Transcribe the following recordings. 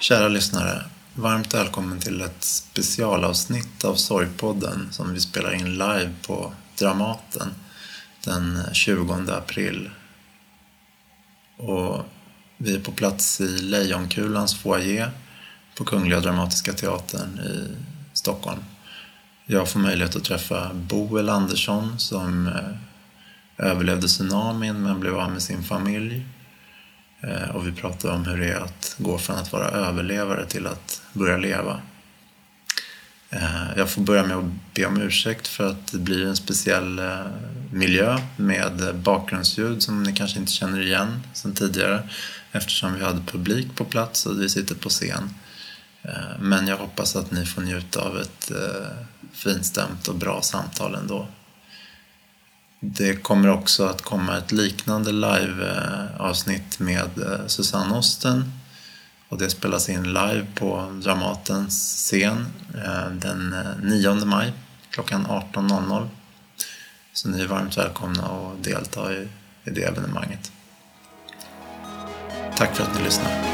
Kära lyssnare, varmt välkommen till ett specialavsnitt av Sorgpodden som vi spelar in live på Dramaten den 20 april. Och vi är på plats i Lejonkulans foyer på Kungliga Dramatiska Teatern i Stockholm. Jag får möjlighet att träffa Boel Andersson som överlevde tsunamin men blev av med sin familj. Och vi pratar om hur det är att gå från att vara överlevare till att börja leva. Jag får börja med att be om ursäkt för att det blir en speciell miljö med bakgrundsljud som ni kanske inte känner igen sedan tidigare, eftersom vi hade publik på plats och vi sitter på scen. Men jag hoppas att ni får njuta av ett finstämt och bra samtal ändå. Det kommer också att komma ett liknande live-avsnitt med Susanne Osten. Och det spelas in live på Dramatens scen den 9 maj klockan 18.00. Så ni är varmt välkomna att delta i det evenemanget. Tack för att ni lyssnar.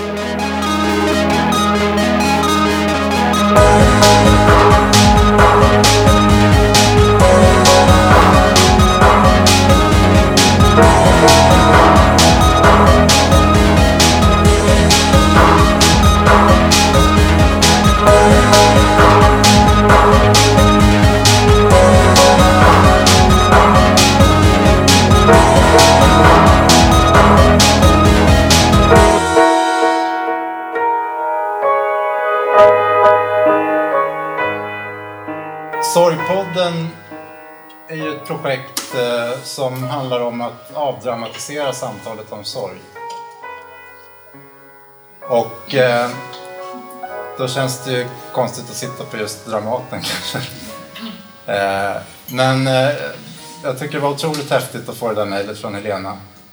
Sorgpodden är ju ett projekt som handlar om att avdramatisera samtalet om sorg. Och då känns det ju konstigt att sitta på just Dramaten kanske. Men jag tycker det var otroligt häftigt att få det där mejlet från Helena.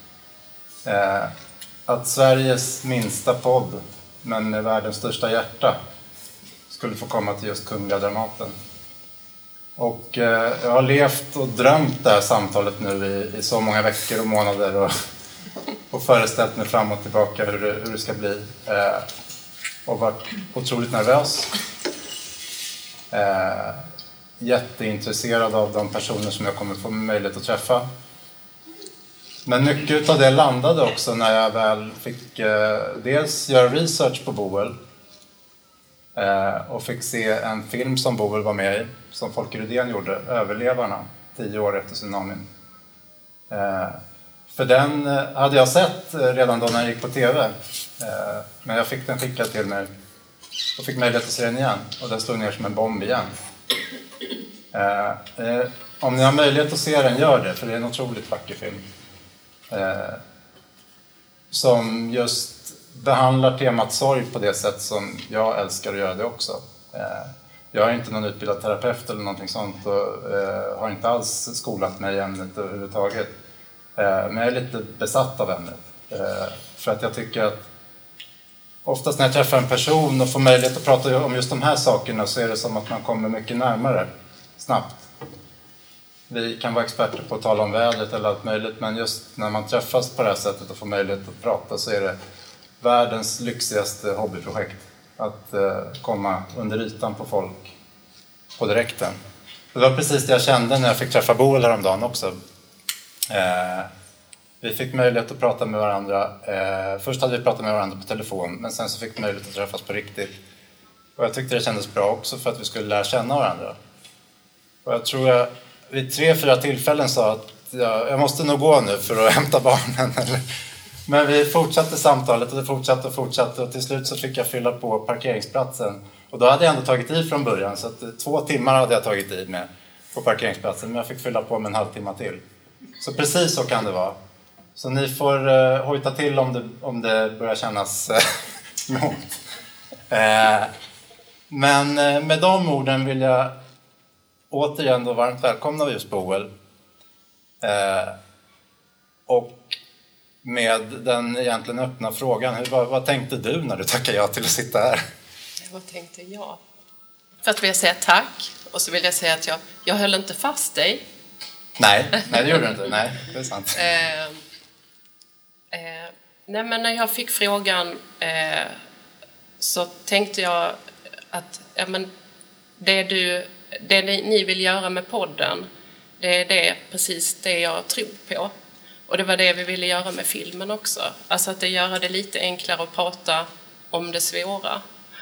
Att Sveriges minsta podd, men med världens största hjärta, skulle få komma till just Kungliga Dramaten. Och jag har levt och drömt det här samtalet nu i så många veckor och månader och föreställt mig fram och tillbaka hur det ska bli. Och varit otroligt nervös. Jätteintresserad av de personer som jag kommer få möjlighet att träffa. Men mycket av det landade också när jag väl fick dels göra research på Boel. Och fick se en film som Boel var med i, som Folke Rydén gjorde, Överlevarna, 10 år efter tsunamin. För den hade jag sett redan då när jag gick på tv. Men jag fick den skickad till mig och fick möjlighet att se den igen. Och den slog ner som en bomb igen. Om ni har möjlighet att se den, gör det, för det är en otroligt vacker film. Som just behandlar temat sorg på det sätt som jag älskar att göra det också. Jag är inte någon utbildad terapeut eller någonting sånt och har inte alls skolat mig i ämnet överhuvudtaget. Men jag är lite besatt av ämnet. För att jag tycker att oftast när jag träffar en person och får möjlighet att prata om just de här sakerna så är det som att man kommer mycket närmare snabbt. Vi kan vara experter på att tala om vädret eller allt möjligt, men just när man träffas på det här sättet och får möjlighet att prata så är det världens lyxigaste hobbyprojekt. Att komma under ytan på folk på direkten. Det var precis det jag kände när jag fick träffa Boel häromdagen också. Vi fick möjlighet att prata med varandra. Först hade vi pratat med varandra på telefon, men sen så fick vi möjlighet att träffas på riktigt. Och jag tyckte det kändes bra också för att vi skulle lära känna varandra. Och jag tror jag vid 3-4 tillfällen sa att jag måste nog gå nu för att hämta barnen. Men vi fortsatte samtalet och det fortsatte och till slut så fick jag fylla på parkeringsplatsen. Och då hade jag ändå tagit i från början, så att 2 timmar hade jag tagit i med på parkeringsplatsen. Men jag fick fylla på med en halvtimme till. Så precis så kan det vara. Så ni får hojta till om det börjar kännas långt. Men med de orden vill jag återigen då varmt välkomna just Boel. Och med den egentligen öppna frågan, vad tänkte du när du tackade ja till att sitta här? Vad tänkte jag? Först vill jag säga tack, och så vill jag säga att jag höll inte fast dig. Nej, det gjorde du inte. Nej, det är sant. Nej, men när jag fick frågan så tänkte jag att det ni vill göra med podden, det är precis det jag tror på. Och det var det vi ville göra med filmen också. Alltså att göra det lite enklare att prata om det svåra.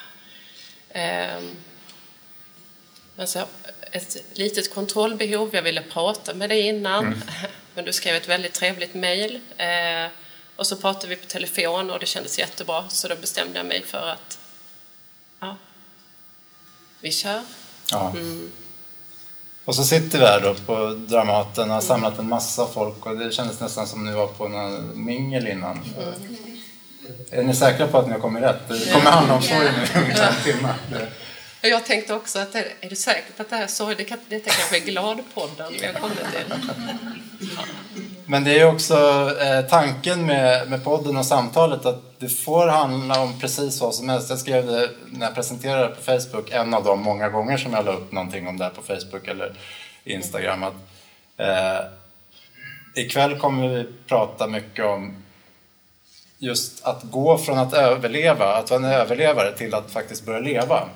Alltså ett litet kontrollbehov. Jag ville prata med dig innan. Men du skrev ett väldigt trevligt mejl. Och så pratade vi på telefon och det kändes jättebra. Så då bestämde jag mig för att vi kör. Ja. Och så sitter vi här då på Dramaten och har samlat en massa folk och det kändes nästan som ni var på någon mingel innan. Är ni säkra på att ni har kommit rätt? Det kommer handla om sorg nu i en timme. Jag tänkte också att är du säker på att det här sorg, detta kanske är Gladpodden vi har kommit till. Men det är ju också tanken med podden och samtalet att det får handla om precis vad som helst. Jag skrev det när jag presenterade på Facebook, en av de många gånger som jag la upp någonting om det här på Facebook eller Instagram. Att, ikväll kommer vi prata mycket om just att gå från att överleva, att vara en överlevare till att faktiskt börja leva.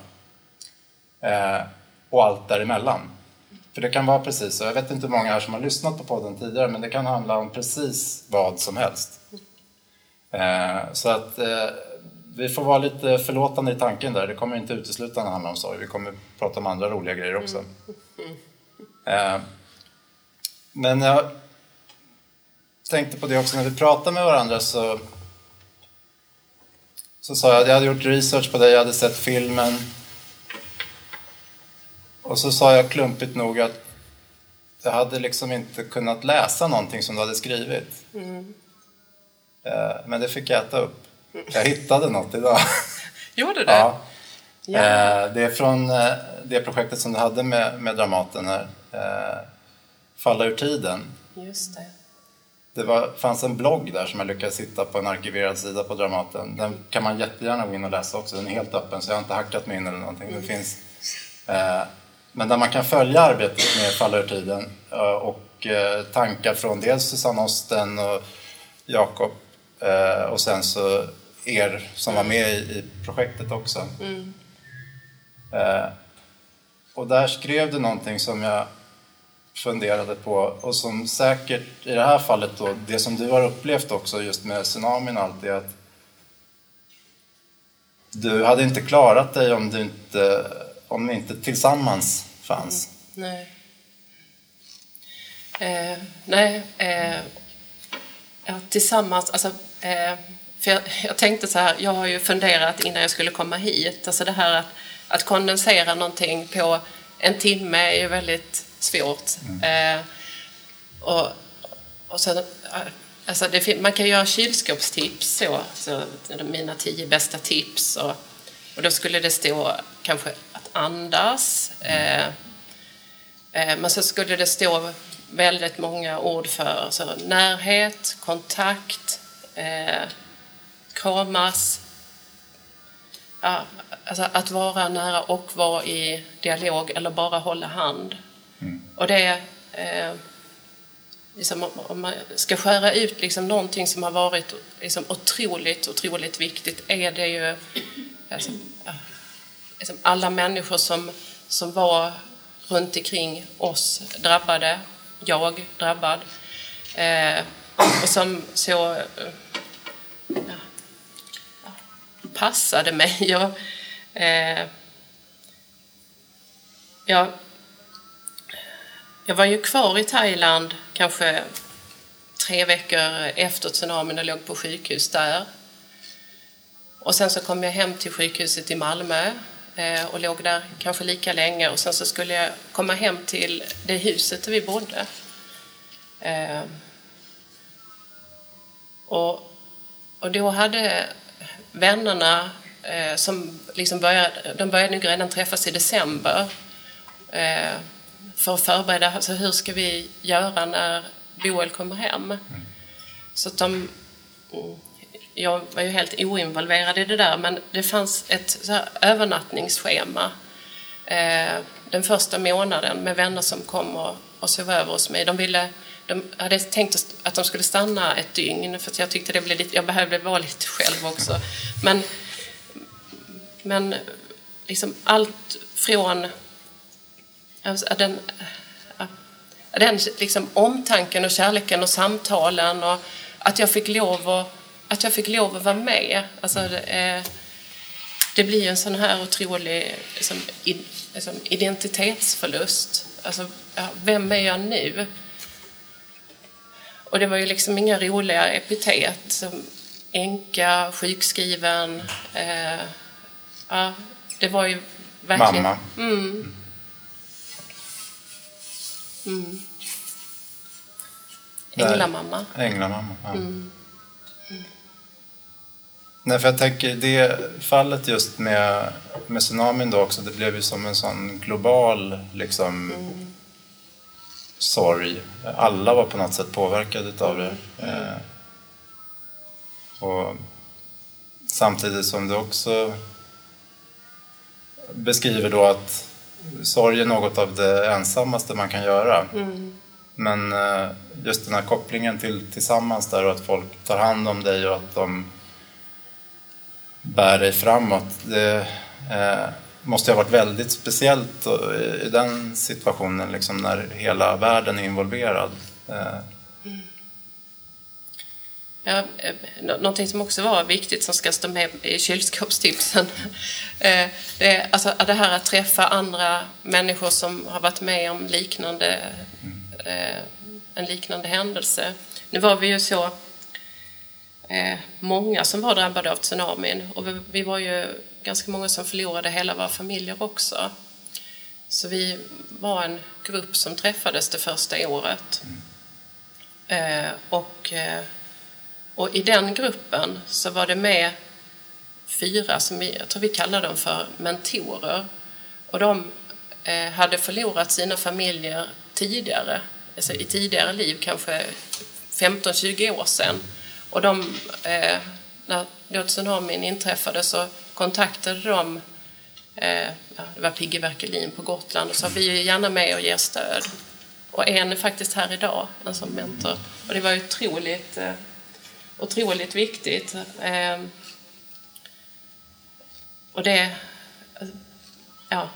Och allt däremellan. För det kan vara precis så. Jag vet inte hur många här som har lyssnat på podden tidigare, men det kan handla om precis vad som helst. Så att vi får vara lite förlåtande i tanken där. Det kommer inte uteslutande handla om sorg. Vi kommer prata om andra roliga grejer också. Men jag tänkte på det också när vi pratade med varandra så sa jag att jag hade gjort research på dig, jag hade sett filmen. Och så sa jag klumpigt nog att jag hade liksom inte kunnat läsa någonting som du hade skrivit. Men det fick jag äta upp. Jag hittade något idag. Gjorde det? Ja. Det är från det projektet som du hade med Dramaten här. Falla ur tiden. Just det. Det fanns en blogg där som jag lyckades hitta på en arkiverad sida på Dramaten. Den kan man jättegärna gå in och läsa också. Den är helt öppen så jag har inte hackat mig in eller någonting. Det finns... Men där man kan följa arbetet med Falla ur tiden och tankar från dels Susanne Osten och Jakob och sen så er som var med i projektet också. Och där skrev du någonting som jag funderade på och som säkert i det här fallet då, det som du har upplevt också just med tsunamin och allt, är att du hade inte klarat dig om ni inte tillsammans fanns. Nej. Tillsammans, alltså, för jag tänkte så här, jag har ju funderat innan jag skulle komma hit, alltså det här att kondensera någonting på en timme är ju väldigt svårt. Och sen, alltså man kan göra kylskåpstips så mina 10 bästa tips och då skulle det stå kanske att andas. Men så skulle det stå väldigt många ord för så närhet, kontakt, kramas. Ja, alltså att vara nära och vara i dialog eller bara hålla hand. Och det liksom, om man ska skära ut liksom någonting som har varit liksom otroligt viktigt, är det ju liksom alla människor som var runt omkring oss drabbade, jag drabbad, och som så passade mig. Jag var ju kvar i Thailand kanske 3 veckor efter tsunamin och låg på sjukhus där. Och sen så kom jag hem till sjukhuset i Malmö och låg där kanske lika länge. Och sen så skulle jag komma hem till det huset där vi bodde. Och då hade vännerna som liksom började nog redan träffas i december för att förbereda, alltså hur ska vi göra när Boel kommer hem. Så att jag var ju helt oinvolverad i det där, men det fanns ett så här övernattningsschema den första månaden med vänner som kom och sov över hos mig. De hade tänkt att de skulle stanna ett dygn för att jag tyckte det blev lite, jag behövde vara lite själv också. men liksom allt från alltså, den liksom omtanken och kärleken och samtalen och att jag fick lov att vara med. Alltså, det blir en sån här otrolig liksom identitetsförlust. Alltså, vem är jag nu? Och det var ju liksom inga roliga epitet som änka, sjukskriven. Det var ju verkligen... Mamma. Änglamamma. Änglamamma, ja. Nej, för jag tänker det fallet just med tsunamin då också, det blev ju som en sån global liksom sorg. Alla var på något sätt påverkade av det. Och samtidigt som du också beskriver då att sorg är något av det ensammaste man kan göra. Men just den här kopplingen till tillsammans där och att folk tar hand om dig och att de bär dig framåt. Det måste ha varit väldigt speciellt i den situationen liksom, när hela världen är involverad. Ja, någonting som också var viktigt som ska stå med i kylskåpstipsen alltså det här att träffa andra människor som har varit med om en liknande händelse. Nu var vi ju så många som var drabbade av tsunamin och vi var ju ganska många som förlorade hela våra familjer också. Så vi var en grupp som träffades det första året. Och i den gruppen så var det med 4 som jag tror vi kallar dem för mentorer. Och de hade förlorat sina familjer tidigare, alltså i tidigare liv, kanske 15-20 år sedan. Och när då tsunamin inträffade så kontaktade de, det var Pigge Werkelin på Gotland, och sa vi är gärna med och ger stöd. Och en är faktiskt här idag, en som mentor. Och det var otroligt viktigt. Och det... Ja.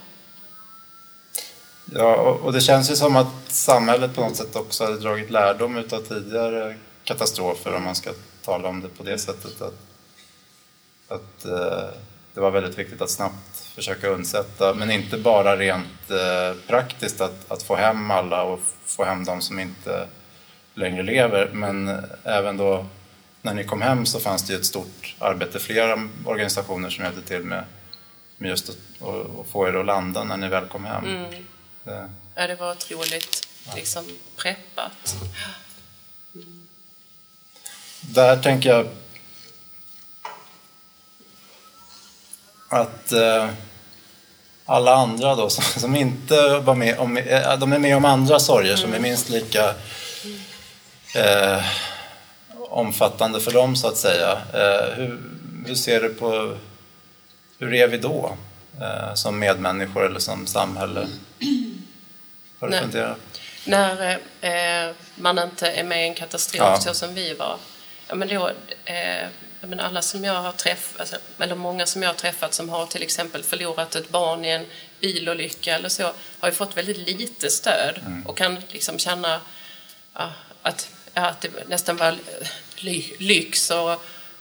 Ja, och det känns ju som att samhället på något sätt också hade dragit lärdom utav tidigare katastrofer, om man ska tala om det på det sättet. Att det var väldigt viktigt att snabbt försöka undsätta, men inte bara rent praktiskt att få hem alla och få hem de som inte längre lever, men även då när ni kom hem så fanns det ju ett stort arbete, flera organisationer som hjälpte till med just att få er att landa när ni väl kom hem. Ja, det var otroligt liksom preppat. Där tänker jag att alla andra då som inte var med om, de är med om andra sorger som är minst lika omfattande för dem så att säga. Hur ser du på, hur är vi då som medmänniskor eller som samhälle? Har du funderat? När man inte är med i en katastrof så som vi var. Ja, men då, alla som jag har träffat, eller många som jag har träffat som har till exempel förlorat ett barn i en bilolycka eller så, har ju fått väldigt lite stöd och kan liksom känna att det nästan var lyx och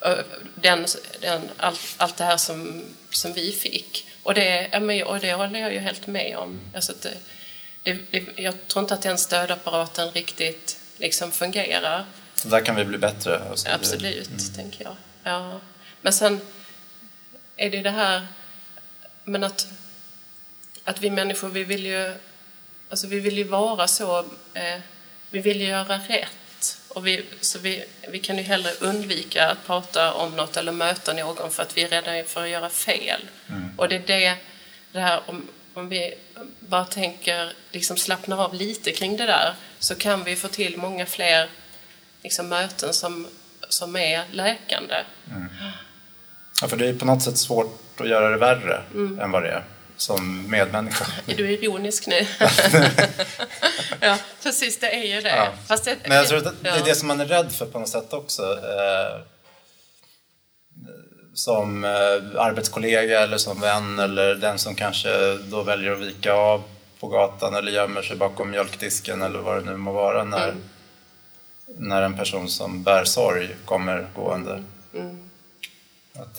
allt det här som vi fick. Och det håller jag ju helt med om. Alltså jag tror inte att den stödapparaten riktigt liksom fungerar. Så där kan vi bli bättre. Absolut, tänker jag. Ja. Men sen är det här, men att vi människor, vi vill ju vara så, vi vill ju göra rätt. Och vi kan ju hellre undvika att prata om något eller möta någon för att vi är rädda för att göra fel. Och det är det här, om vi bara tänker, liksom slappnar av lite kring det där, så kan vi få till många fler liksom möten som är läkande. Ja, för det är på något sätt svårt att göra det värre än vad det är som medmänniska. Är du ironisk nu? Ja, precis, det är ju det. Ja. Fast men jag tror att det är det som man är rädd för på något sätt också. som arbetskollega eller som vän, eller den som kanske då väljer att vika av på gatan eller gömmer sig bakom mjölkdisken eller vad det nu må vara när en person som bär sorg kommer gående. Att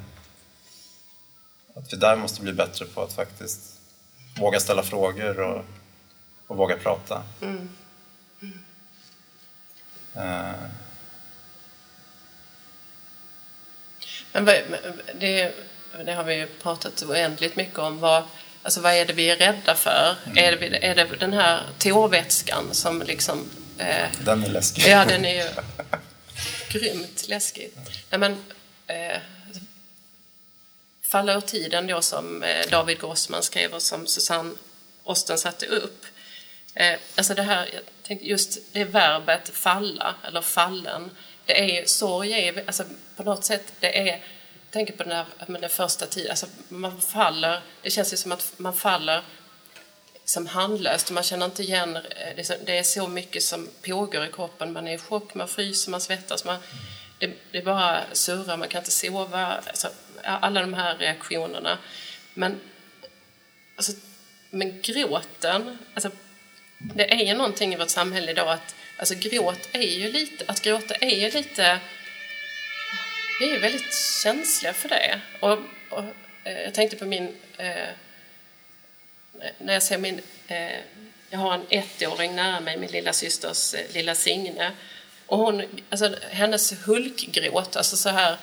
vi där måste bli bättre på att faktiskt våga ställa frågor och våga prata. Men det har vi ju pratat oändligt mycket om. Vad är det vi är rädda för? Är det den här tårvätskan som liksom... Den är läskig. Ja, den är ju grymt läskig. Nej, men, Falla ur tiden då, som David Grossman skrev och som Susanne Osten satte upp. Alltså det här, jag tänkte just det verbet falla eller fallen. Det är sorg, alltså på något sätt det är, jag tänker på den första tiden, alltså man faller, det känns ju som att man faller som handlöst och man känner inte igen, det är så mycket som pågår i kroppen, man är i chock, man fryser, man svettas, det bara surrar, man kan inte sova, alltså, alla de här reaktionerna. Men gråten, alltså, det är ju någonting i vårt samhälle idag att alltså, gråta är ju lite, vi är ju väldigt känsliga för det. Och jag tänkte på när jag ser jag har en 1-åring nära mig, min lilla systers lilla Signe. Och hon, alltså hennes hulkgråt, alltså så här,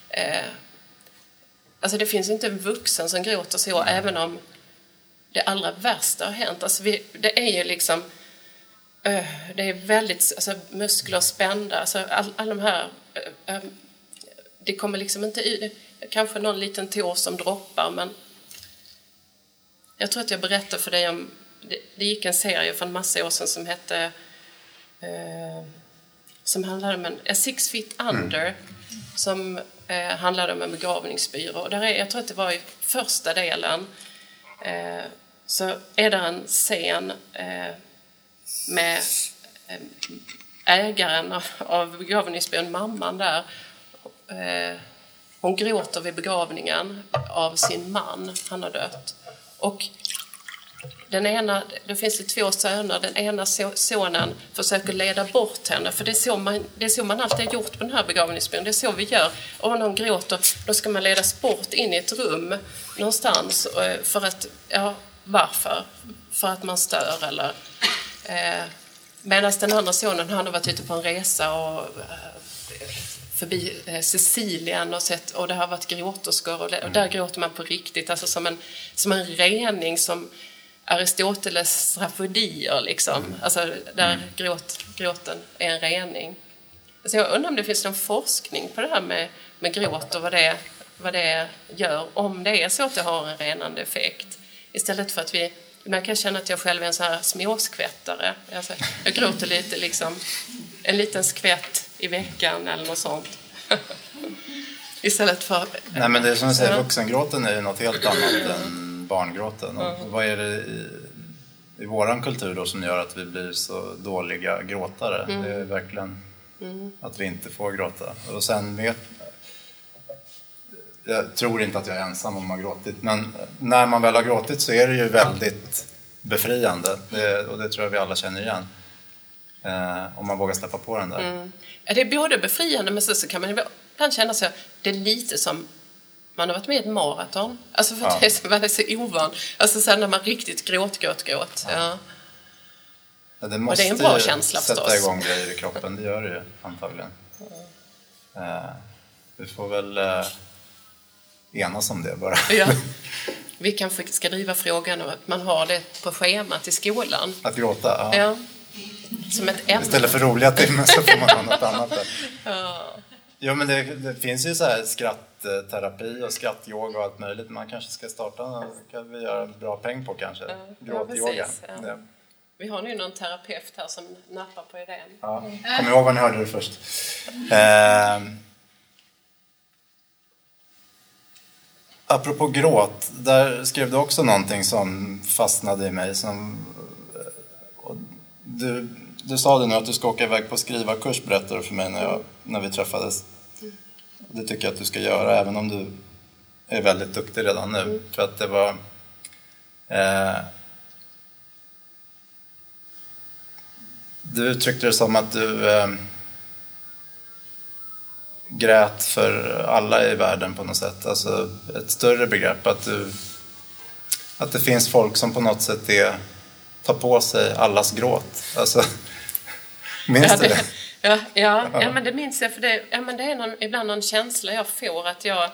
alltså det finns inte en vuxen som gråter så, även om det allra värsta har hänt. Alltså det är ju liksom, det är väldigt, alltså muskler spända, alltså all de här, det kommer liksom inte ut, kanske någon liten tår som droppar, men jag tror att jag berättade för dig om, det gick en serie för en massa år sedan som hette, som handlade om A 6 Feet Under, som handlade om en begravningsbyrå. Och jag tror att det var i första delen, så är det en scen med ägaren av begravningsbyrån, mamman där. Hon gråter vid begravningen av sin man, han har dött. Och det finns 2 söner. Den ena sonen försöker leda bort henne, för det är så man alltid har gjort på den här begravningsbyrån. Det är så vi gör. Och när hon gråter, då ska man ledas bort in i ett rum någonstans för att, varför? För att man stör eller... Medan den andra sonen, han har varit ute på en resa och förbi Sicilien och det har varit gråterskor och där gråter man på riktigt, alltså som en rening, som Aristoteles strafodier liksom, alltså där gråten är en rening. Alltså jag undrar om det finns någon forskning på det här med gråt och vad det gör, om det är så att det har en renande effekt, istället för att man kan känna att jag själv är en sån här småskvättare. Alltså, jag gråter lite liksom, en liten skvätt i veckan eller något sånt. Istället för... Nej, men det är som jag säger, vuxengråten är ju något helt annat än barngråten. Och vad är det i våran kultur då som gör att vi blir så dåliga gråtare? Det är verkligen att vi inte får gråta. Och sen jag tror inte att jag är ensam om att ha gråtit, men när man väl har gråtit så är det ju väldigt befriande, och det tror jag vi alla känner igen, om man vågar släppa på den där. Ja, det är både befriande, men så kan man ibland känna sig, det är lite som man har varit med i ett maraton, alltså för att man är så ovan, alltså sen när man riktigt gråt. Ja, det måste, och det är en bra känsla sätta förstås. Igång grejer i kroppen, det gör det ju antagligen. Vi får väl enas om det bara. Ja. Vi kanske ska driva frågan om att man har det på schemat i skolan. Att gråta, ja. Som ett ämne. Istället för roliga timmar så får man ha något annat där. Ja, men det finns ju så här skrattterapi och skrattyoga och allt möjligt. Man kanske ska starta, kan vi göra bra peng på kanske. Gråtyoga. Ja. Vi har nu någon terapeut här som nappar på idén. Ja. Kom ihåg vad ni hörde det först. Apropå gråt, där skrev du också någonting som fastnade i mig. Du sa det nu att du ska åka iväg på skrivarkurs, berättade du för mig när vi träffades. det tycker jag att du ska göra, även om du är väldigt duktig redan nu. För att det var... du uttryckte det som att du grät för alla i världen på något sätt. Alltså ett större begrepp, att det finns folk som på något sätt tar på sig allas gråt. Alltså, minns du det? Ja, men det minns jag. För det är ibland någon känsla jag får att jag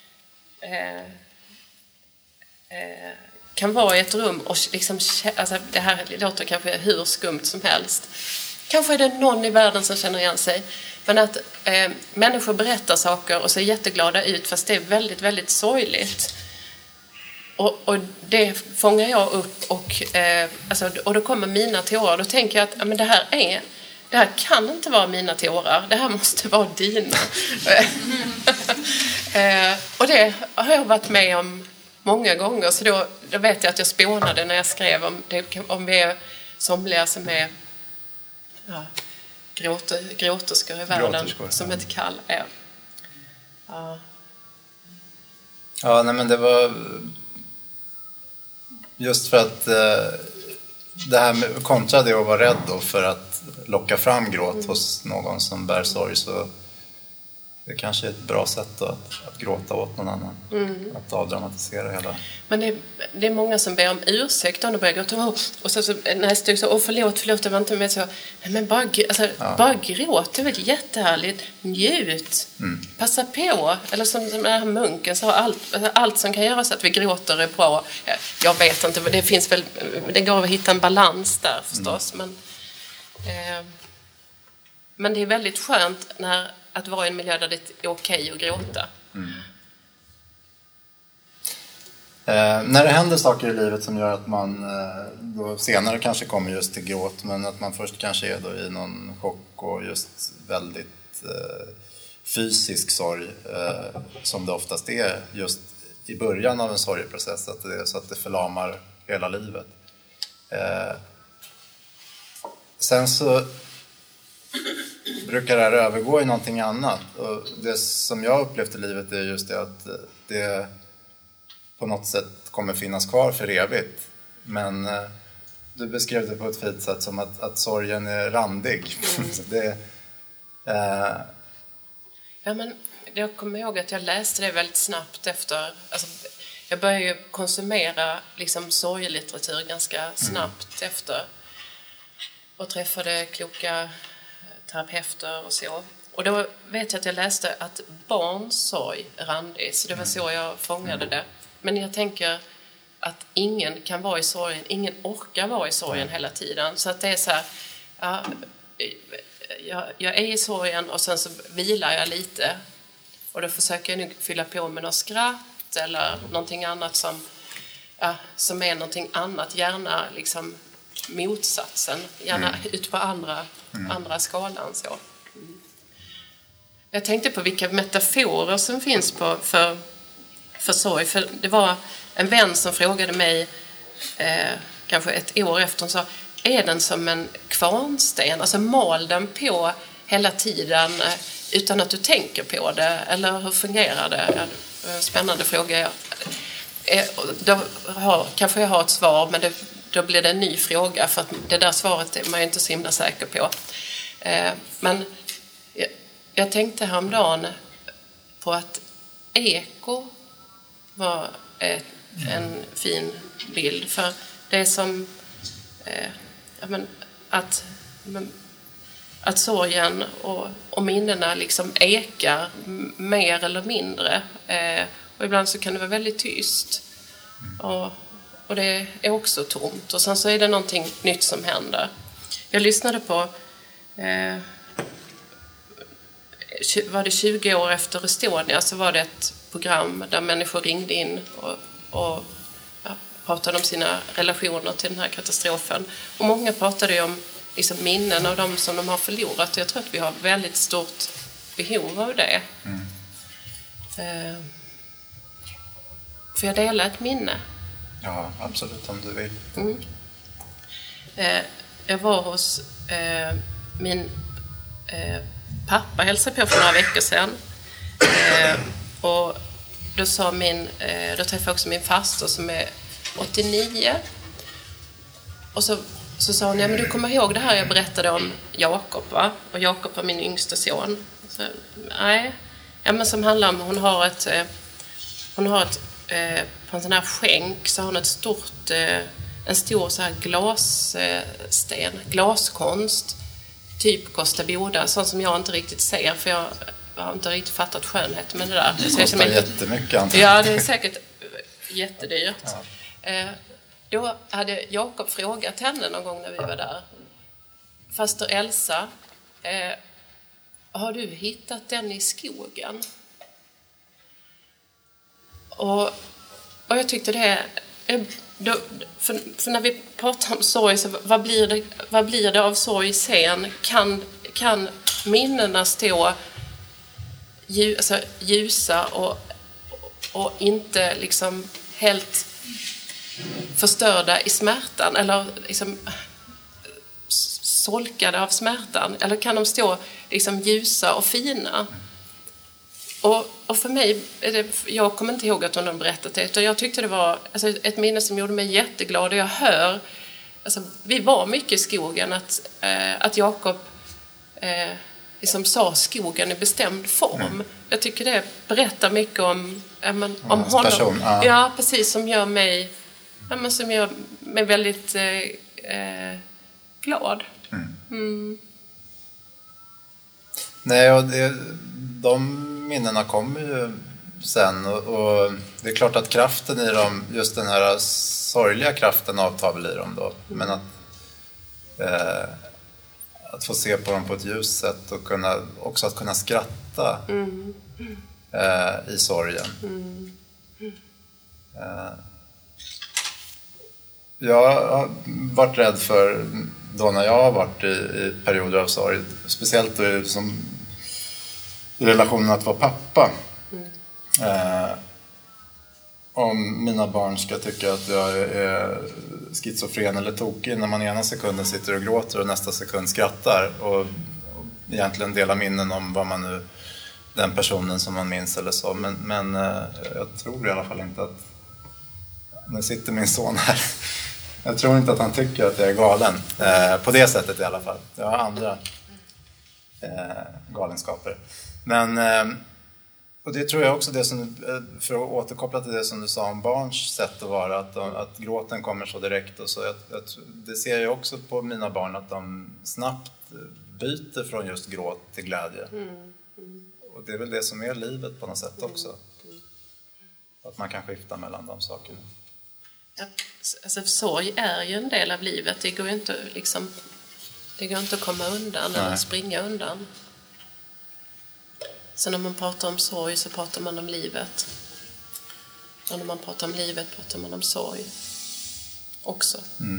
kan vara i ett rum och liksom, alltså det här låter kanske hur skumt som helst. Kanske är det någon i världen som känner igen sig. Men att människor berättar saker och ser jätteglada ut fast det är väldigt, väldigt sorgligt. Och det fångar jag upp och då kommer mina tårar. Då tänker jag att men det här kan inte vara mina tårar. Det här måste vara dina. Och det har jag varit med om många gånger. Så då vet jag att jag spånade när jag skrev om vi är somliga som är gråterskor i världen som ett kall är. Ja, nej, men det var just för att det här med kontra det att vara rädd då för att locka fram gråt hos någon som bär sorg, så det kanske är ett bra sätt då, att gråta åt någon annan. Att avdramatisera hela. Men det är många som ber om ursäkt om de börjar gråta. Och så nästa så förlåt, det var inte med så. Men bara gråt, det är väl jättehärligt. Njut. Passa på. Eller som den här munken sa, allt som kan göra så att vi gråter är bra. Jag vet inte, det finns väl, det går att hitta en balans där förstås. Men det är väldigt skönt att vara i en miljö där det är okej att gråta. När det händer saker i livet som gör att man då senare kanske kommer just till gråt, men att man först kanske är då i någon chock och just väldigt fysisk sorg, som det oftast är just i början av en sorgeprocess, att det är så att det förlamar hela livet. Sen så brukar det här övergå i någonting annat. Och det som jag upplevt i livet är just det att det på något sätt kommer finnas kvar för evigt. Men du beskrev det på ett fint sätt som att sorgen är randig. Ja, men jag kommer ihåg att jag läste det väldigt snabbt efter. Alltså, jag började ju konsumera liksom sorglitteratur ganska snabbt efter. Och träffade kloka terapeuter och så. Och då vet jag att jag läste att barnsorg är randig. Så det var så jag fångade det. Men jag tänker att ingen kan vara i sorgen. Ingen orkar vara i sorgen hela tiden. Så att det är så här... Jag är i sorgen och sen så vilar jag lite. Och då försöker jag nu fylla på med något skratt eller någonting annat som är någonting annat. Gärna liksom motsatsen. Gärna ut på andra skalan. Så. Jag tänkte på vilka metaforer som finns för sorg. För det var en vän som frågade mig kanske ett år efter. Hon sa, är den som en kvarnsten? Alltså mal den på hela tiden utan att du tänker på det? Eller hur fungerar det? Spännande fråga. Då kanske jag har ett svar, men då blir det en ny fråga. För att det där svaret är man ju inte så himla säker på. Men jag tänkte häromdagen på att eko var en fin bild. För det är som att sorgen och minnena liksom ekar mer eller mindre. Och ibland så kan det vara väldigt tyst. Och det är också tomt. Och sen så är det någonting nytt som händer. Jag lyssnade på... var det 20 år efter Estonia så var det ett program där människor ringde in och pratade om sina relationer till den här katastrofen. Och många pratade ju om liksom minnen av dem som de har förlorat. Och jag tror att vi har väldigt stort behov av det. Får jag dela ett minne? Ja, absolut, om du vill. Jag var hos min pappa hälsade på för några veckor sedan. Och då träffade jag också min faster som är 89. Och så sa hon, ja men du kommer ihåg det här jag berättade om Jakob, va? Och Jakob var min yngsta son. Så, nej. Ja, men som handlar om, hon har ett på en sån här skänk så har hon en stor så här glaskonst, typ Kosta Boda, sånt som jag inte riktigt ser, för jag har inte riktigt fattat skönheten med det där. Det kostar jättemycket antagligen. Ja, det är säkert jättedyrt. Ja. Då hade Jakob frågat henne någon gång när vi var där. Faster Elsa, har du hittat den i skogen? Och jag tyckte det för när vi pratar om sorg, så vad blir det av sorg sen? Kan minnena stå ljusa och inte liksom helt förstörda i smärtan, eller liksom solkade av smärtan, eller kan de stå liksom ljusa och fina? Och för mig, jag kommer inte ihåg att hon har berättat det, utan jag tyckte det var ett minne som gjorde mig jätteglad. Och jag hör, vi var mycket i skogen, att Jakob liksom sa skogen i bestämd form. Jag tycker det berättar mycket om honom. Person, ja. Ja, precis, som gör mig väldigt glad. Nej, och de minnena kommer ju sen, och det är klart att kraften i dem, just den här sorgliga kraften, avtar väl i dem då. Men att få se på dem på ett ljust sätt och också att kunna skratta i sorgen. Jag har varit rädd för då när jag har varit i perioder av sorg, speciellt då som i relationen att vara pappa. Om mina barn ska tycka att jag är schizofren eller tokig när man ena sekunden sitter och gråter och nästa sekund skrattar och egentligen delar minnen om vad man nu, den personen som man minns eller så. Men jag tror i alla fall inte att, nu sitter min son här, jag tror inte att han tycker att jag är galen på det sättet i alla fall. Jag har andra galenskaper. Men, och det tror jag också, det som, för att återkoppla till det som du sa om barns sätt att vara, att gråten kommer så direkt och så. Det ser jag också på mina barn, att de snabbt byter från just gråt till glädje. Och det är väl det som är livet på något sätt också. Att man kan skifta mellan de sakerna. Ja, sorg är ju en del av livet. Det går inte att komma undan eller springa undan. Så när man pratar om sorg så pratar man om livet. Och när man pratar om livet pratar man om sorg också.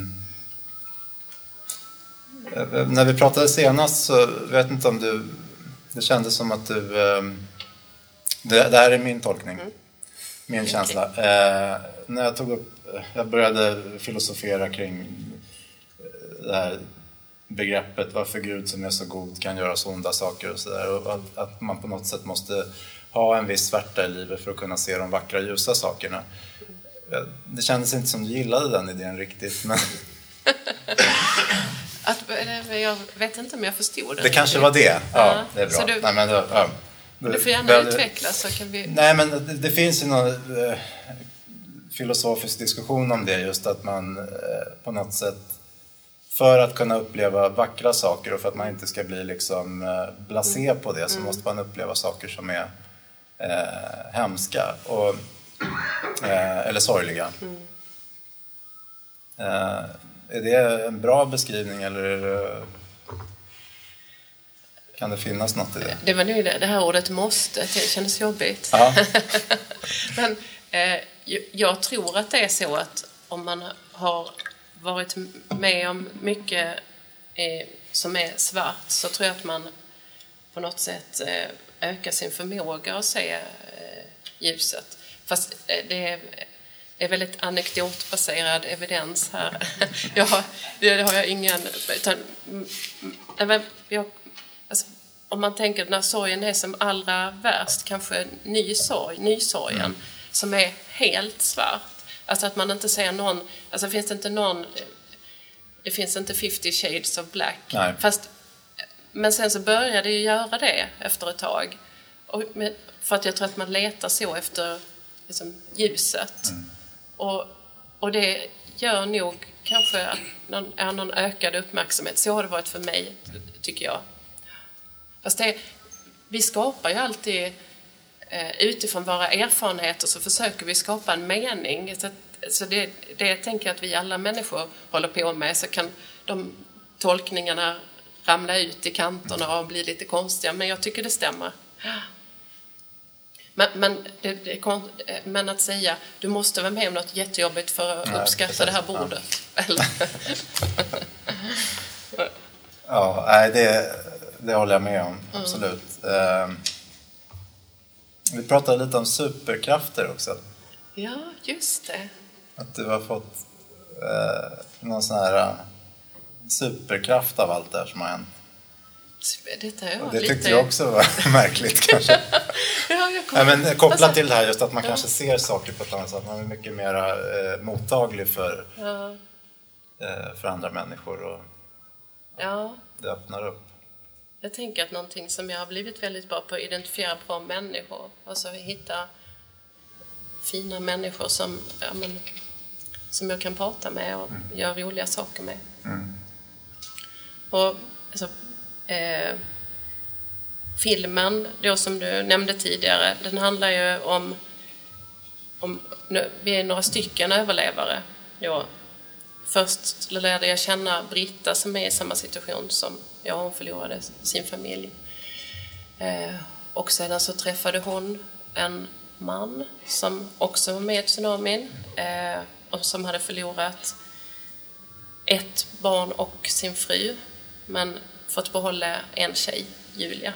När vi pratade senast så vet inte om det kändes som att du, det här är min tolkning, min känsla. När jag började filosofera kring det här begreppet varför Gud som är så god kan göra så onda saker och sådär, och att man på något sätt måste ha en viss svärta i livet för att kunna se de vackra ljusa sakerna. Det kändes inte som du gillade den idén riktigt, men jag vet inte om jag förstod det. Det kanske var det. Ja, det är bra. Så du får gärna utveckla, så kan vi... Nej, men det finns ju någon filosofisk diskussion om det, just att man på något sätt, för att kunna uppleva vackra saker och för att man inte ska bli liksom blasé på det, så måste man uppleva saker som är hemska eller sorgliga. Är det en bra beskrivning, eller kan det finnas något i det? Det var nu det här ordet måste, det kändes jobbigt. Ja. Men jag tror att det är så att om man har varit med om mycket som är svart, så tror jag att man på något sätt ökar sin förmåga att se ljuset. Fast det är väldigt anekdotbaserad evidens här. Det har jag ingen... om man tänker när sorgen är som allra värst, kanske nysorgen, som är helt svart. Alltså att man inte ser någon, alltså finns det inte någon, det finns inte 50 shades of black. Nej. Men sen så börjar det ju göra det efter ett tag. För att jag tror att man letar så efter liksom, ljuset. Och det gör nog kanske att någon ökad uppmärksamhet. Så har det varit för mig, tycker jag. Fast vi skapar ju alltid utifrån våra erfarenheter, så försöker vi skapa en mening. Så det tänker jag att vi alla människor håller på med. Så kan de tolkningarna ramla ut i kanterna och bli lite konstiga. Men jag tycker det stämmer. Men att säga du måste vara med om något jättejobbigt för att uppskatta det här bordet. Eller? Ja, nej, det håller jag med om. Absolut. Vi pratade lite om superkrafter också. Ja, just det. Att du har fått någon sån här superkraft av allt det här som har hänt. Det tyckte jag också var märkligt kanske. Men kopplat till det här just att man kanske ser saker på ett annat sätt. Man är mycket mer mottaglig för andra människor och det öppnar upp. Jag tänker att någonting som jag har blivit väldigt bra på att identifiera bra människor. Alltså hitta fina människor som jag kan prata med och göra roliga saker med. Och alltså, filmen då som du nämnde tidigare, den handlar ju om vi är några stycken överlevare. Först lärde jag känna Britta som är i samma situation som jag. Hon förlorade sin familj. Och sedan så träffade hon en man som också var med i tsunamin och som hade förlorat ett barn och sin fru, men fått behålla en tjej, Julia.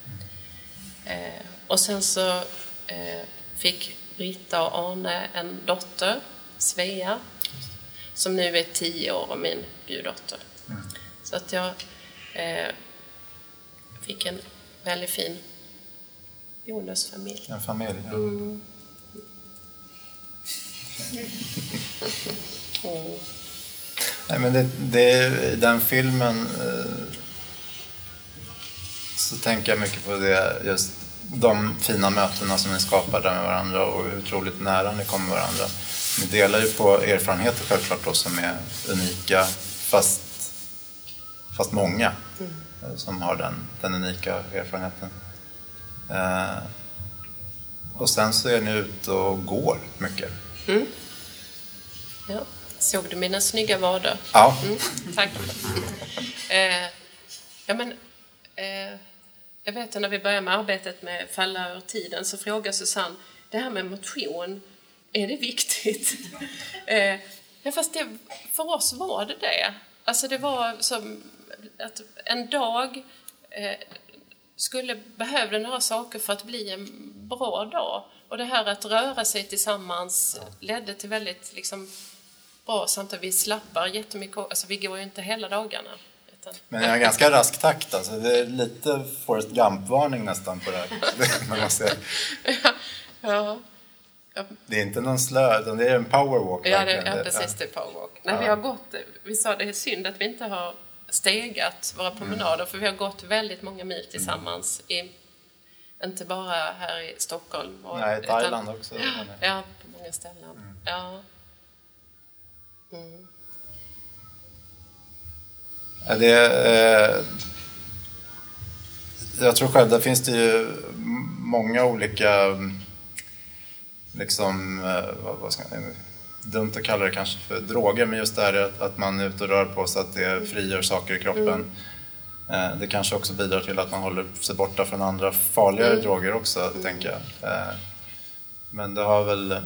Och sen så fick Britta och Arne en dotter, Svea, som nu är 10 år och min guddotter. Så att jag fick en väldigt fin bonusfamilj. En familj, ja. Nej, men den filmen så tänker jag mycket på det, just de fina mötena som ni skapar där med varandra och hur otroligt nära ni kommer varandra. Ni delar ju på erfarenheter självklart då, som är unika, fast många som har den unika erfarenheten. Och sen så är ni ute och går mycket. Ja, såg du mina snygga vader? Ja. Tack. Jag vet när vi började med arbetet med Falla ur tiden så frågade Susanne, det här med motion, är det viktigt? Fast för oss var det. Alltså det var som att en dag behövde några saker för att bli en bra dag. Och det här att röra sig tillsammans ledde till väldigt bra samtidigt. Vi slappar jättemycket. Alltså vi går ju inte hela dagarna. Men det är en ganska rask takt. Alltså. Det är lite Forrest Gump-varning nästan på det här. Man måste... Ja. Det är inte någon slö, utan det är en powerwalk. Precis, det är powerwalk. Nej, vi har gått, vi sa det är synd att vi inte har stegat våra promenader, för vi har gått väldigt många mil tillsammans, inte bara här i Stockholm. Nej, i Thailand också. Ja, på många ställen. Ja. Jag tror själv, där finns det ju många olika vad ska jag, dumt att kalla det kanske för droger, men just det här att man är ute och rör på så att det frigör saker i kroppen. Det kanske också bidrar till att man håller sig borta från andra farligare droger också, tänker jag. Men det har väl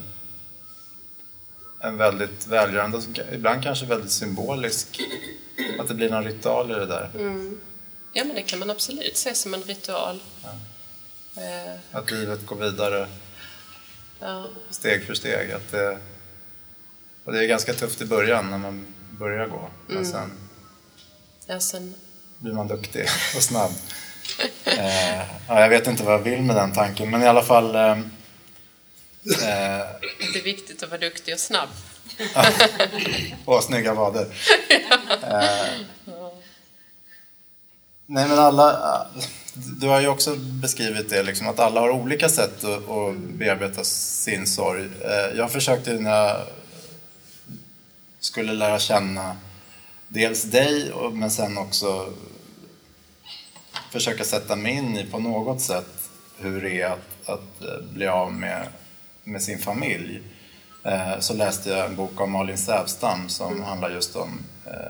en väldigt välgörande, ibland kanske väldigt symbolisk, att det blir någon ritual i det där. Ja, men det kan man absolut se som en ritual. Att livet går vidare steg för steg. Och det är ganska tufft i början när man börjar gå. Men sen blir man duktig och snabb. Jag vet inte vad jag vill med den tanken, men i alla fall... Det är viktigt att vara duktig och snabb. Och snygga vader. Nej, men alla... Du har ju också beskrivit det, liksom, att alla har olika sätt att bearbeta sin sorg. Jag försökte när jag skulle lära känna dels dig, men sen också försöka sätta mig in i på något sätt hur det är att bli av med sin familj. Så läste jag en bok av Malin Sävstam som handlar just om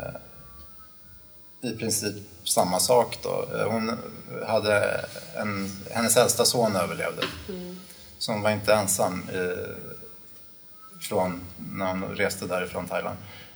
i princip samma sak då. Hon hade hennes äldsta son överlevde. Så hon var inte ensam när hon reste därifrån Thailand.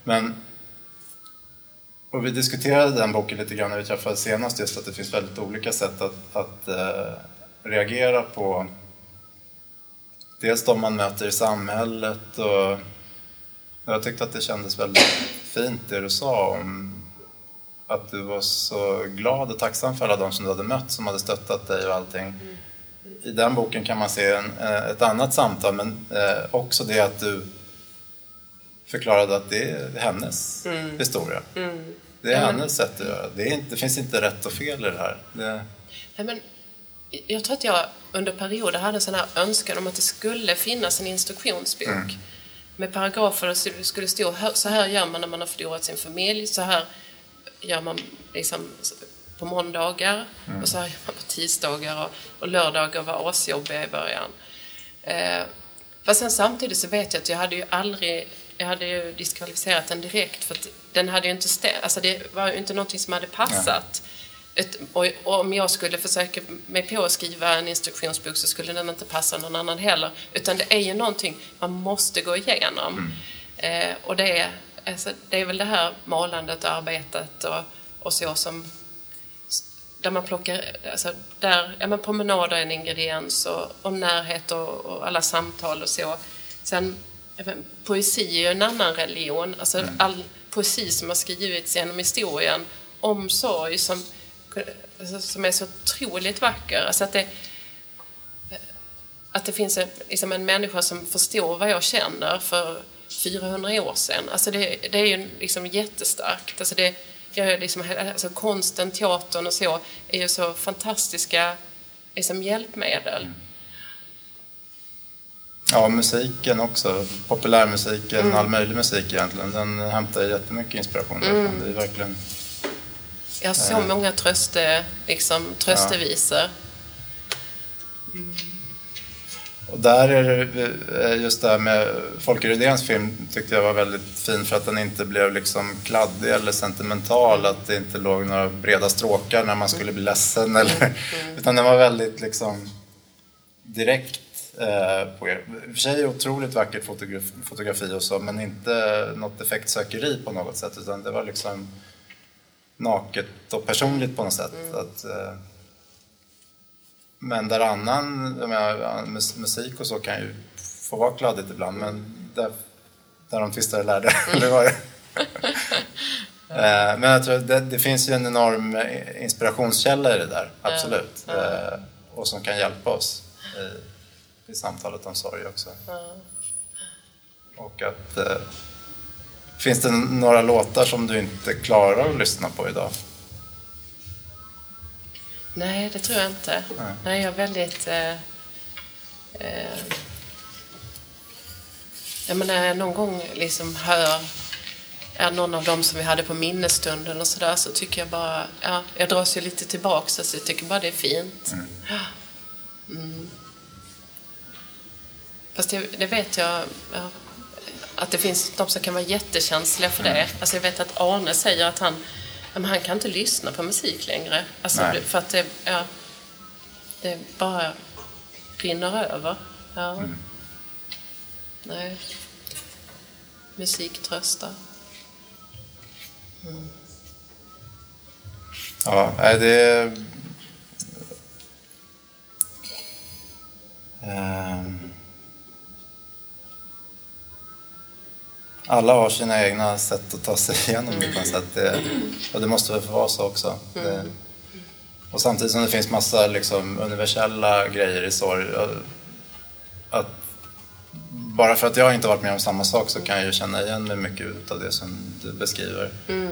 Och vi diskuterade den boken lite grann när vi träffades senast, just att det finns väldigt olika sätt att reagera på dels de man möter i samhället, och jag tyckte att det kändes väldigt fint det du sa om att du var så glad och tacksam för alla de som du hade mött som hade stöttat dig och allting. I den boken kan man se ett annat samtal, men också det att du förklarade att det är hennes historia. Det är hennes sätt att göra. Det finns inte rätt och fel i det här. Nej, men jag tror att jag under perioder hade en sån här önskan om att det skulle finnas en instruktionsbok med paragrafer och det skulle stå så här gör man när man har förlorat sin familj, så här gör man liksom på måndagar och så här gör man på tisdagar och lördagar var asjobbiga i början. Fast sen samtidigt så vet jag att jag hade ju diskvalificerat den direkt, för att den hade ju inte alltså det var ju inte någonting som hade passat. Och om jag skulle försöka mig på att skriva en instruktionsbok så skulle den inte passa någon annan heller, utan det är ju någonting man måste gå igenom. Och det är väl det här malandet och arbetet och så som där man plockar, alltså där promenader är en ingrediens och närhet och alla samtal och så. Sen poesi är ju en annan religion, alltså all poesi som har skrivits genom historien, omsorg som är så otroligt vacker, alltså att det finns en människa som förstår vad jag känner för 400 år sedan, alltså det är ju liksom jättestarkt, alltså det gör liksom, alltså konsten, teatern och så är ju så fantastiska liksom hjälpmedel. Ja, musiken också, populärmusiken, all möjlig musik egentligen, den hämtar jättemycket inspiration därifrån. Det är verkligen... Jag har så många tröstevisor. Och där är det, just det här med Folke Rydéns film tyckte jag var väldigt fin, för att den inte blev liksom kladdig eller sentimental, att det inte låg några breda stråkar när man skulle bli ledsen utan den var väldigt liksom direkt på er. I och för sig otroligt vackert fotografi och så, men inte något effektsökeri på något sätt, utan det var liksom naket och personligt på något sätt. Men där musik och så kan ju få vara kladdigt ibland, men där de tvistade lärde. Eller var det? Men jag tror det finns ju en enorm inspirationskälla i det där, absolut. Och som kan hjälpa oss i samtalet om sorg också. Och att finns det några låtar som du inte klarar att lyssna på idag? Nej, det tror jag inte. Nej, jag är väldigt... jag menar, någon gång liksom är någon av dem som vi hade på minnesstunden och sådär, så tycker jag bara... Ja, jag dras ju lite tillbaka, så jag tycker bara det är fint. Fast det vet jag... Att det finns de som kan vara jättekänsliga för det. Alltså jag vet att Arne säger att han kan inte lyssna på musik längre. Alltså för att det bara rinner över. Ja. Nej. Musik tröstar. Ja, det alla har sina egna sätt att ta sig igenom det på något sätt. Och det måste väl få vara så också. Och samtidigt som det finns massa liksom universella grejer i sorg. Att bara för att jag inte varit med om samma sak så kan jag ju känna igen mig mycket av det som du beskriver.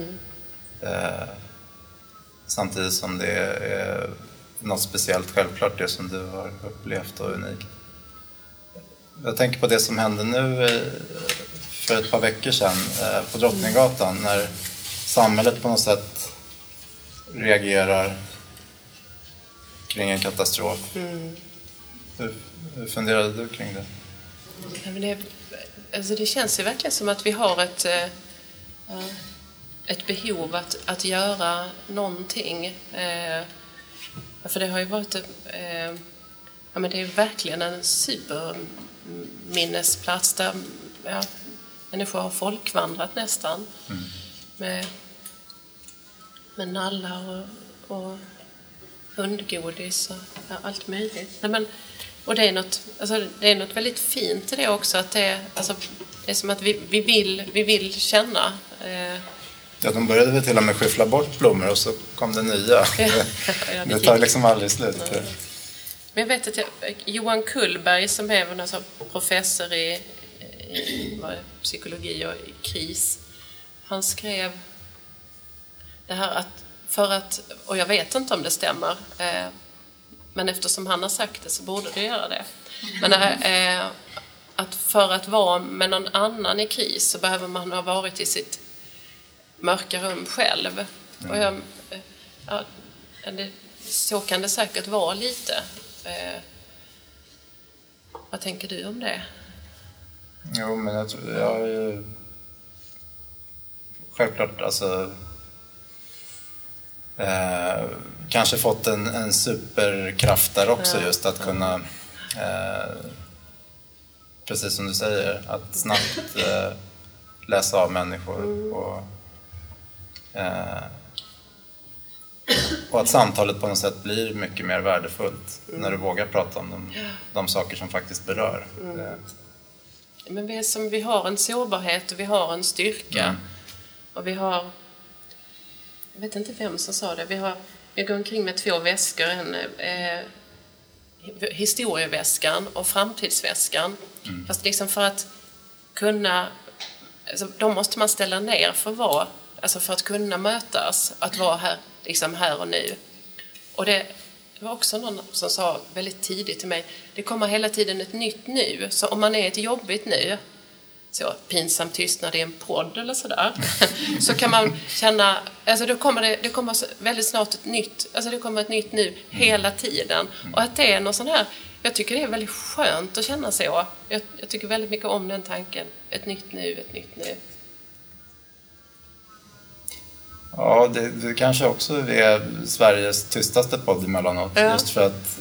Samtidigt som det är något speciellt självklart det som du har upplevt och unikt. Jag tänker på det som hände nu för ett par veckor sedan på Drottninggatan när samhället på något sätt reagerar kring en katastrof. Hur funderade du kring det? Ja, men det känns ju verkligen som att vi har ett behov att göra någonting. För det har ju varit men det är verkligen en superminnesplats där människor har folkvandrat nästan med nallar och hundgodis och allt möjligt. Och det är något väldigt fint i det också, att det är som att vi vill känna. Ja, de började väl till och med skyffla bort blommor och så kom det nya. Det tar liksom aldrig slut. Men jag vet att Johan Kullberg som är professor i psykologi och i kris, han skrev det här och jag vet inte om det stämmer, men eftersom han har sagt det så borde det göra det. Men att för att vara med någon annan i kris så behöver man ha varit i sitt mörka rum själv. Och så kan det säkert vara lite. Vad tänker du om det? Jo, men jag har ju självklart kanske fått en superkraft där också, just att kunna precis som du säger, att snabbt läsa av människor och att samtalet på något sätt blir mycket mer värdefullt när du vågar prata om de saker som faktiskt berör. Men vi har en sårbarhet och vi har en styrka och vi har, jag vet inte vem som sa det, vi går omkring med 2 väskor, historieväskan och framtidsväskan. Fast liksom för att kunna, de måste man ställa ner för att kunna mötas, att vara här, liksom här och nu. Och det var också någon som sa väldigt tidigt till mig, det kommer hela tiden ett nytt nu. Så om man är ett jobbigt nu, så pinsam tystnad i en podd eller sådär, så kan man känna, det kommer väldigt snart ett nytt, det kommer ett nytt nu hela tiden. Och att det är någon sån här, jag tycker det är väldigt skönt att känna så. Jag tycker väldigt mycket om den tanken, ett nytt nu. Ja, det kanske också är Sveriges tystaste podd emellanåt. Ja. Just för att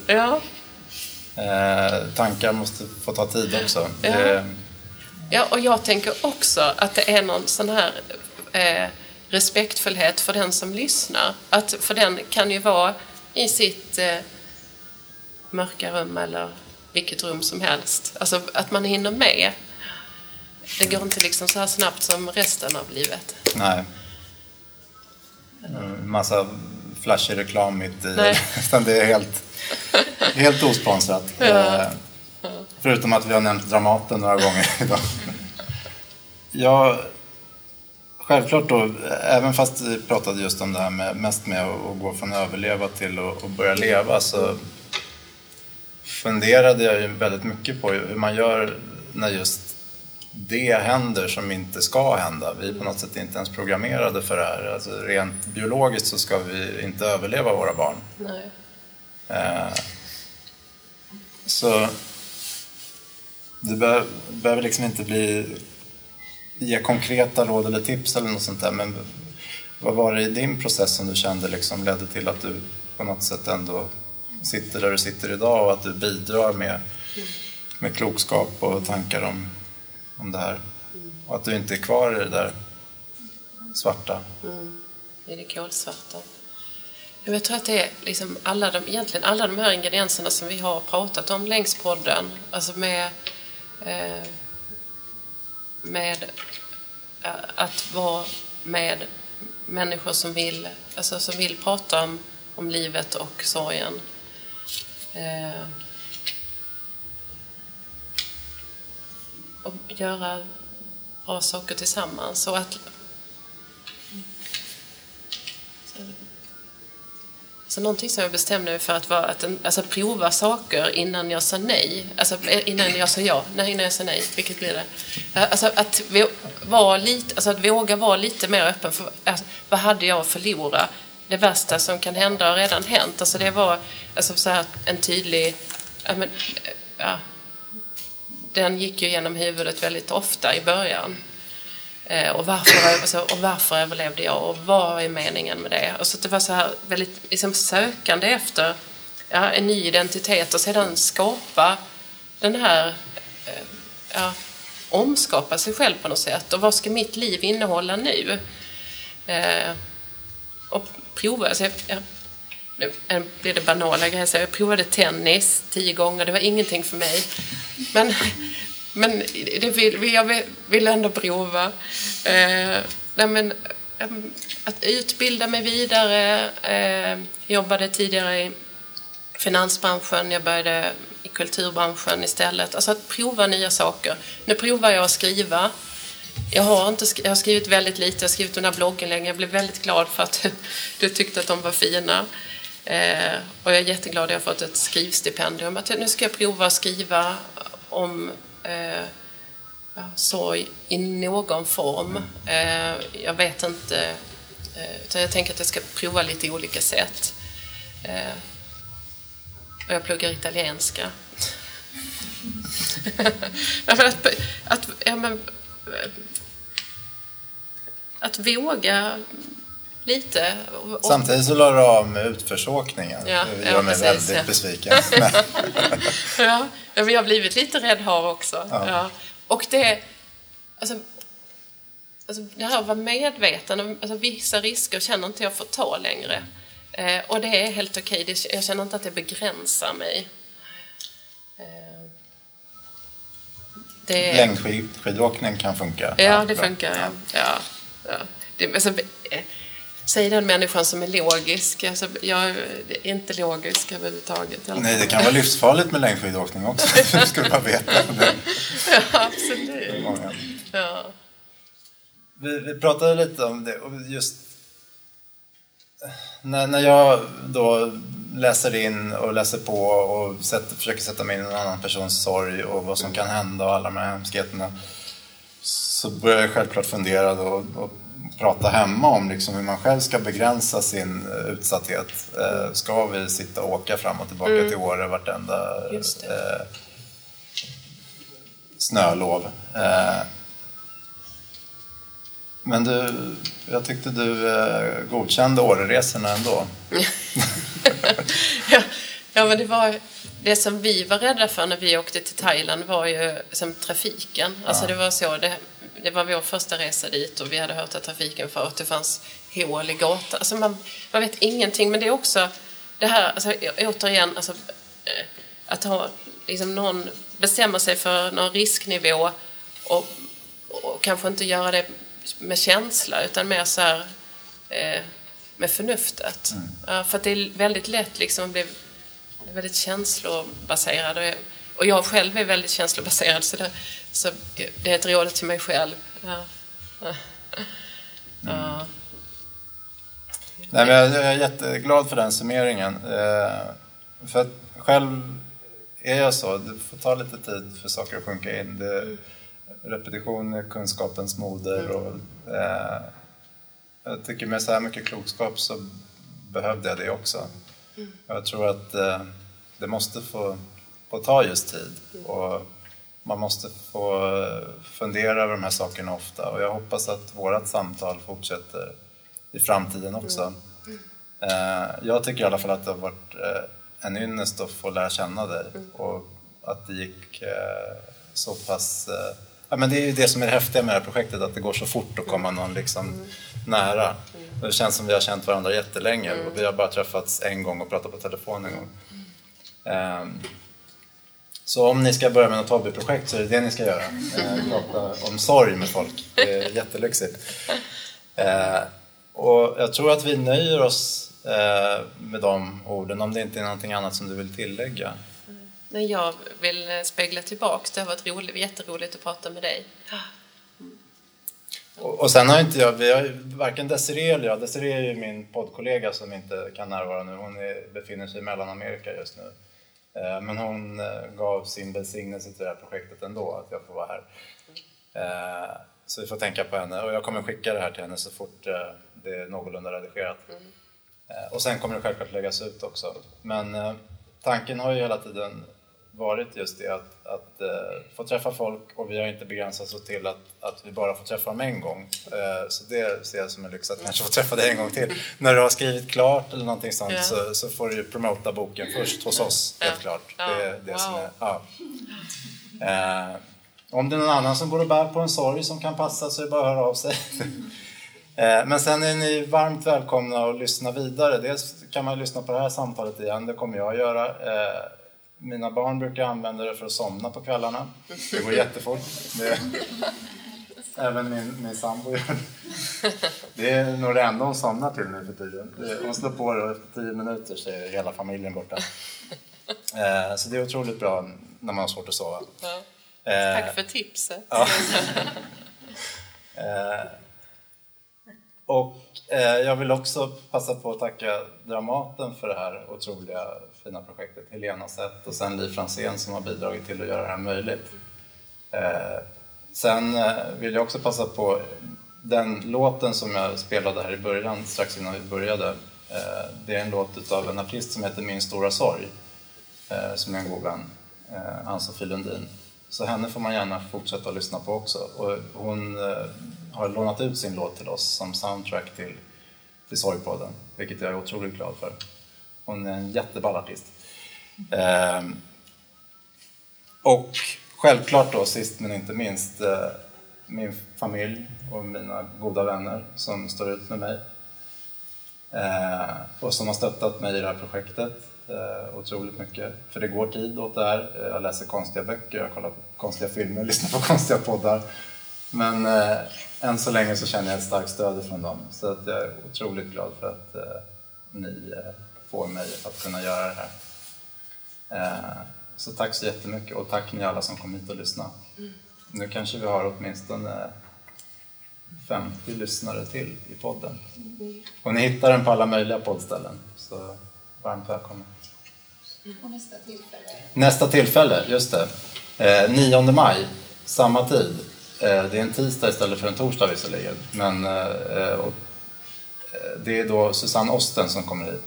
tankar måste få ta tid också. Ja, och jag tänker också att det är någon sån här respektfullhet för den som lyssnar. För den kan ju vara i sitt mörka rum eller vilket rum som helst. Alltså att man hinner med. Det går inte liksom så här snabbt som resten av livet. Nej. Massa flashig reklam mitt i. Utan det är helt osponsrat. Förutom att vi har nämnt Dramaten några gånger idag. Ja, självklart då, även fast vi pratade just om det här mest med att gå från att överleva till att börja leva, så funderade jag ju väldigt mycket på hur man gör när just det händer som inte ska hända. Vi är på något sätt inte ens programmerade för det här. Alltså rent biologiskt så ska vi inte överleva våra barn. Nej. Så det behöver liksom inte ge konkreta råd eller tips eller något sånt där. Men vad var det i din process som du kände liksom ledde till att du på något sätt ändå sitter där du sitter idag och att du bidrar med klokskap och tankar om det här? Och att du inte är kvar i det där svarta. I det kolsvarta. Jag tror att det är liksom alla de här ingredienserna som vi har pratat om längs podden. Alltså med att vara med människor som vill prata om om livet och sorgen. Och göra bra saker tillsammans. Och att så någonting som jag bestämde mig för att vara alltså prova saker innan jag sa nej. Alltså innan jag sa ja. Nej, innan jag sa nej. Vilket blir det? Alltså att våga vara lite mer öppen för vad hade jag att förlora? Det värsta som kan hända har redan hänt. Alltså det var alltså så här en tydlig den gick ju genom huvudet väldigt ofta i början. Och varför överlevde jag och vad är meningen med det? Och så det var så här väldigt liksom, sökande efter en ny identitet och sedan skapa den här omskapa sig själv på något sätt. Och vad ska mitt liv innehålla nu? Och prova. Alltså, nu blir det banala grejer. Så jag provade tennis 10 gånger. Det var ingenting för mig. Men jag vill ändå prova. Att utbilda mig vidare. Jobbade tidigare i finansbranschen. Jag började i kulturbranschen istället. Alltså att prova nya saker. Nu provar jag att skriva. Jag har skrivit väldigt lite. Jag har skrivit under blogginlägg. Jag blev väldigt glad för att du tyckte att de var fina. Och jag är jätteglad att jag har fått ett skrivstipendium. Att nu ska jag prova att skriva om sorg i någon form. Jag vet inte. Jag tänker att jag ska prova lite olika sätt. Och jag pluggar italienska. Att våga lite. Samtidigt så la du av med utförsåkningen. Det gör mig väldigt besviken. Men jag har blivit lite rädd har också. Ja. Och det alltså det här att vara medveten alltså vissa risker känner inte jag får ta längre. Och det är helt okej. Jag känner inte att det begränsar mig. Längdskidåkning kan funka. Ja, det funkar. Ja. Säg den människan som är logisk. Alltså, jag är inte logisk överhuvudtaget. Nej, det kan vara livsfarligt med längdskidåkning också. Du skulle bara veta det. Ja, absolut. Ja. Vi pratade lite om det. Och just när jag då läser in och läser på och försöker sätta mig in i en annan persons sorg och vad som kan hända och alla de här hemskheterna, så börjar jag självklart fundera då och prata hemma om liksom hur man själv ska begränsa sin utsatthet. Ska vi sitta och åka fram och tillbaka till Åre vartenda snölov? Men jag tyckte du godkände Åreresorna ändå. Ja, men det var det som vi var rädda för när vi åkte till Thailand var ju som trafiken. Alltså det var så, det var vår första resa dit och vi hade hört att trafiken för att det fanns hål i gatan. Alltså man vet ingenting, men det är också det här, alltså, återigen, alltså, att ha liksom någon bestämma sig för någon risknivå och kanske inte göra det med känsla utan mer så här med förnuftet. För att det är väldigt lätt liksom att bli väldigt känslobaserad och jag själv är väldigt känslobaserad så det är ett råd till mig själv. Nej, men jag är jätteglad för den summeringen. För att själv är jag så. Det får ta lite tid för saker att sjunka in. Repetition är kunskapens moder. Och, jag tycker med så här mycket klokskap så behövde jag det också. Jag tror att det måste få ta just tid. Och man måste få fundera över de här sakerna ofta. Och jag hoppas att vårat samtal fortsätter i framtiden också. Jag tycker i alla fall att det har varit en ynnest att få lära känna dig. Och att det gick så pass... Ja, men det är ju det som är det häftiga med det här projektet, att det går så fort att komma någon liksom nära. Det känns som vi har känt varandra jättelänge och vi har bara träffats en gång och pratat på telefon en gång. Så om ni ska börja med något hobbyprojekt så är det det ni ska göra. Prata om sorg med folk. Det är jättelyxigt. Och jag tror att vi nöjer oss med de orden, om det inte är någonting annat som du vill tillägga. Nej, jag vill spegla tillbaka. Det har varit jätteroligt att prata med dig. Och sen har inte jag, vi har varken Desiree eller jag. Desiree är ju min poddkollega som inte kan närvara nu. Hon befinner sig i Mellanamerika just nu. Men hon gav sin välsignelse till det här projektet ändå, att jag får vara här. Så vi får tänka på henne. Och jag kommer skicka det här till henne så fort det är någorlunda redigerat. Och sen kommer det självklart läggas ut också. Men tanken har ju hela tiden varit just det att få träffa folk, och vi har inte begränsat oss till att vi bara får träffa dem en gång. Så det ser jag som en lyx att kanske få träffa dig en gång till. När du har skrivit klart eller någonting sånt så får du ju promota boken först hos oss, helt klart. Det är det som är... Om det är någon annan som går och bär på en sorg som kan passa så är det bara att höra av sig. Men sen är ni varmt välkomna att lyssna vidare. Dels kan man lyssna på det här samtalet igen, det kommer jag att göra. Mina barn brukar använda det för att somna på kvällarna. Det går jättefort. Även min sambo gör det. Det är nog det enda hon somnar till nu för tiden. Hon slår på det och efter 10 minuter så är hela familjen borta. Så det är otroligt bra när man har svårt att sova. Tack för tipset. Ja. Och jag vill också passa på att tacka Dramaten för det här otroliga fina projektet. Helena Sett och sen Liv Franzén som har bidragit till att göra det här möjligt. Sen vill jag också passa på den låten som jag spelade här i början, strax innan vi började. Det är en låt av en artist som heter Min stora sorg, som är en god vän, Ann-Sofie Lundin. Så henne får man gärna fortsätta att lyssna på också. Och hon har lånat ut sin låt till oss som soundtrack till Sorgpodden, vilket jag är otroligt glad för. Hon är en jätteball artist. Och självklart då, sist men inte minst, min familj och mina goda vänner som står ut med mig. Och som har stöttat mig i det här projektet otroligt mycket. För det går tid åt det här. Jag läser konstiga böcker, jag kollar på konstiga filmer, lyssnar på konstiga poddar. Men än så länge så känner jag ett starkt stöd från dem. Så att jag är otroligt glad för att ni får mig att kunna göra det här. Så tack så jättemycket, och tack ni alla som kom hit och lyssnade. Nu kanske vi har åtminstone 50 lyssnare till i podden. Och ni hittar den på alla möjliga poddställen. Så varmt välkommen. Och nästa tillfälle? Nästa tillfälle, just det. 9 maj, samma tid. Det är en tisdag istället för en torsdag visserligen. Men det är då Susanne Osten som kommer hit.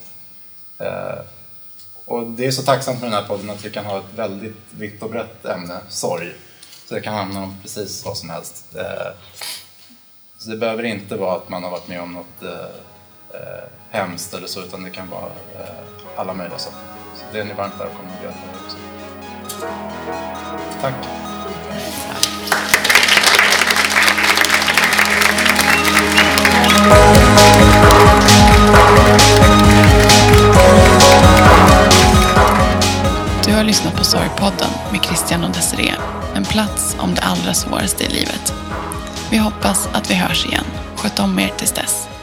Och det är så tacksamt med den här podden att vi kan ha ett väldigt vitt och brett ämne, sorg. Så det kan handla om precis vad som helst. Så det behöver inte vara att man har varit med om något hemskt eller så, utan det kan vara alla möjliga saker. Så det är ni varmt välkomna att göra det också. Tack. Du har lyssnat på Sorgpodden med Christian och Desiree. En plats om det allra svåraste i livet. Vi hoppas att vi hörs igen. Sköt om er tills dess.